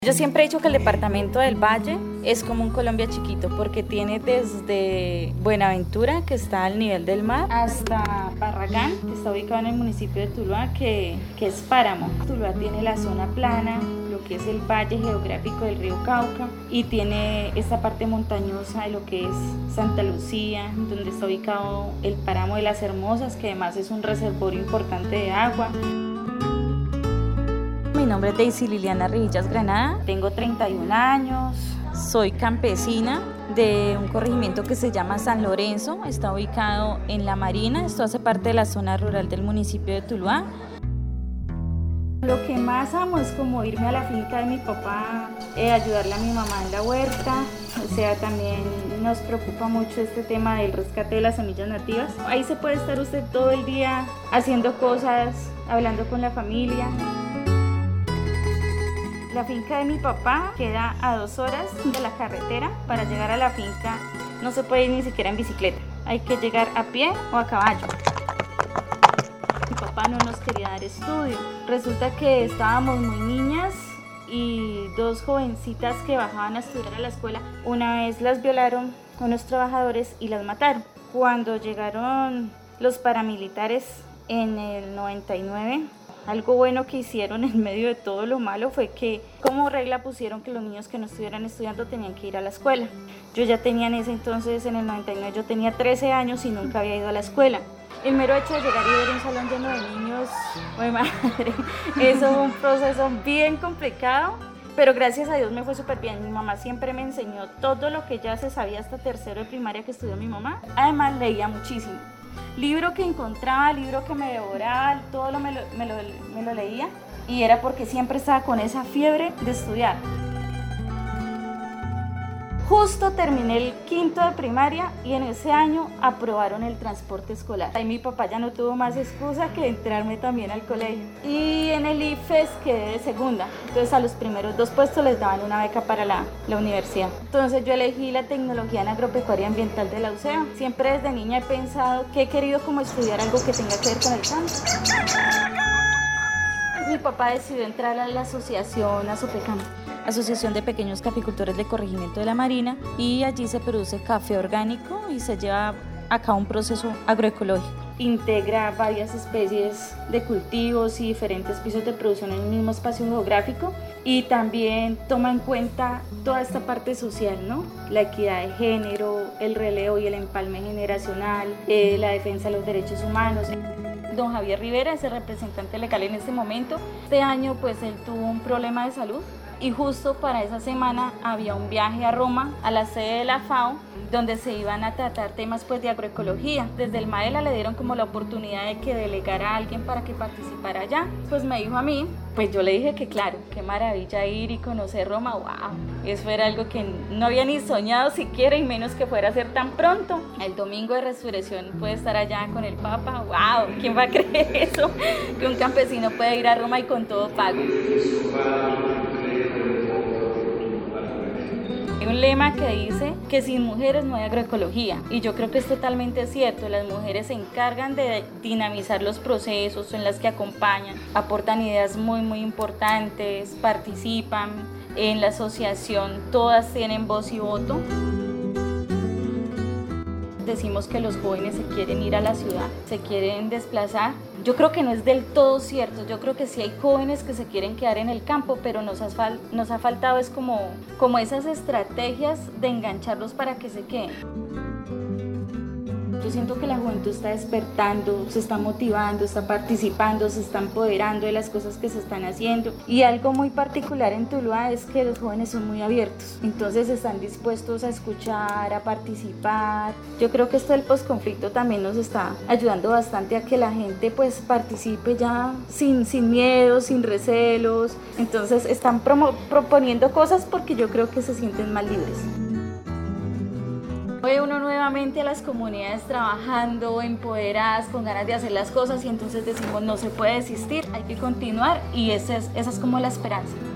Yo siempre he dicho que el departamento del Valle es como un Colombia chiquito porque tiene desde Buenaventura, que está al nivel del mar, hasta Barragán, que está ubicado en el municipio de Tuluá, que es páramo. Tuluá tiene la zona plana, lo que es el valle geográfico del río Cauca, y tiene esta parte montañosa de lo que es Santa Lucía, donde está ubicado el páramo de las Hermosas, que además es un reservorio importante de agua. Mi nombre es Daisy Liliana Rivillas Granada, tengo 31 años, soy campesina de un corregimiento que se llama San Lorenzo, está ubicado en La Marina, esto hace parte de la zona rural del municipio de Tuluá. Lo que más amo es como irme a la finca de mi papá, ayudarle a mi mamá en la huerta, o sea, también nos preocupa mucho este tema del rescate de las semillas nativas. Ahí se puede estar usted todo el día haciendo cosas, hablando con la familia. La finca de mi papá queda a 2 horas de la carretera. Para llegar a la finca no se puede ir ni siquiera en bicicleta, hay que llegar a pie o a caballo. Mi papá no nos quería dar estudio. Resulta que estábamos muy niñas y 2 jovencitas que bajaban a estudiar a la escuela, una vez las violaron unos trabajadores y las mataron. Cuando llegaron los paramilitares en el 99, algo bueno que hicieron en medio de todo lo malo fue que como regla pusieron que los niños que no estuvieran estudiando tenían que ir a la escuela. Yo ya tenía en ese entonces, en el 99, yo tenía 13 años y nunca había ido a la escuela. El mero hecho de llegar y ver un salón lleno de niños, ¡ay madre! Eso fue un proceso bien complicado, pero gracias a Dios me fue súper bien. Mi mamá siempre me enseñó todo lo que ya se sabía hasta tercero de primaria que estudió mi mamá. Además leía muchísimo. Libro que encontraba, libro que me devoraba, todo me lo leía, y era porque siempre estaba con esa fiebre de estudiar. Justo terminé el 5º de primaria y en ese año aprobaron el transporte escolar. Ahí mi papá ya no tuvo más excusa que entrarme también al colegio. Y en el IFES quedé de segunda, entonces a los primeros 2 puestos les daban una beca para la universidad. Entonces yo elegí la tecnología en agropecuaria ambiental de la UCEA. Siempre desde niña he pensado que he querido como estudiar algo que tenga que ver con el campo. Mi papá decidió entrar a la asociación Asopecam, Asociación de Pequeños Caficultores del Corregimiento de La Marina, y allí se produce café orgánico y se lleva a cabo un proceso agroecológico. Integra varias especies de cultivos y diferentes pisos de producción en el mismo espacio geográfico, y también toma en cuenta toda esta parte social, ¿no? La equidad de género, el relevo y el empalme generacional, la defensa de los derechos humanos. Don Javier Rivera es el representante legal en este momento. Este año pues él tuvo un problema de salud y justo para esa semana había un viaje a Roma, a la sede de la FAO, donde se iban a tratar temas pues de agroecología. Desde el MAELA le dieron como la oportunidad de que delegara a alguien para que participara allá. Pues me dijo a mí, pues yo le dije que claro, qué maravilla ir y conocer Roma, wow, eso era algo que no había ni soñado siquiera, y menos que fuera a ser tan pronto. El domingo de resurrección puede estar allá con el Papa, wow, ¿quién va a creer eso? Que un campesino puede ir a Roma y con todo pago. Hay un lema que dice que sin mujeres no hay agroecología, y yo creo que es totalmente cierto. Las mujeres se encargan de dinamizar los procesos, son las que acompañan, aportan ideas muy importantes, participan en la asociación, todas tienen voz y voto. Decimos que los jóvenes se quieren ir a la ciudad, se quieren desplazar. Yo creo que no es del todo cierto, yo creo que sí hay jóvenes que se quieren quedar en el campo, pero nos ha faltado es como esas estrategias de engancharlos para que se queden. Yo siento que la juventud está despertando, se está motivando, está participando, se está empoderando de las cosas que se están haciendo. Y algo muy particular en Tuluá es que los jóvenes son muy abiertos, entonces están dispuestos a escuchar, a participar. Yo creo que esto del posconflicto también nos está ayudando bastante a que la gente pues participe ya sin miedo, sin recelos. Entonces están proponiendo cosas porque yo creo que se sienten más libres. Ve uno nuevamente a las comunidades trabajando, empoderadas, con ganas de hacer las cosas, y entonces decimos no se puede desistir, hay que continuar, y esa es como la esperanza.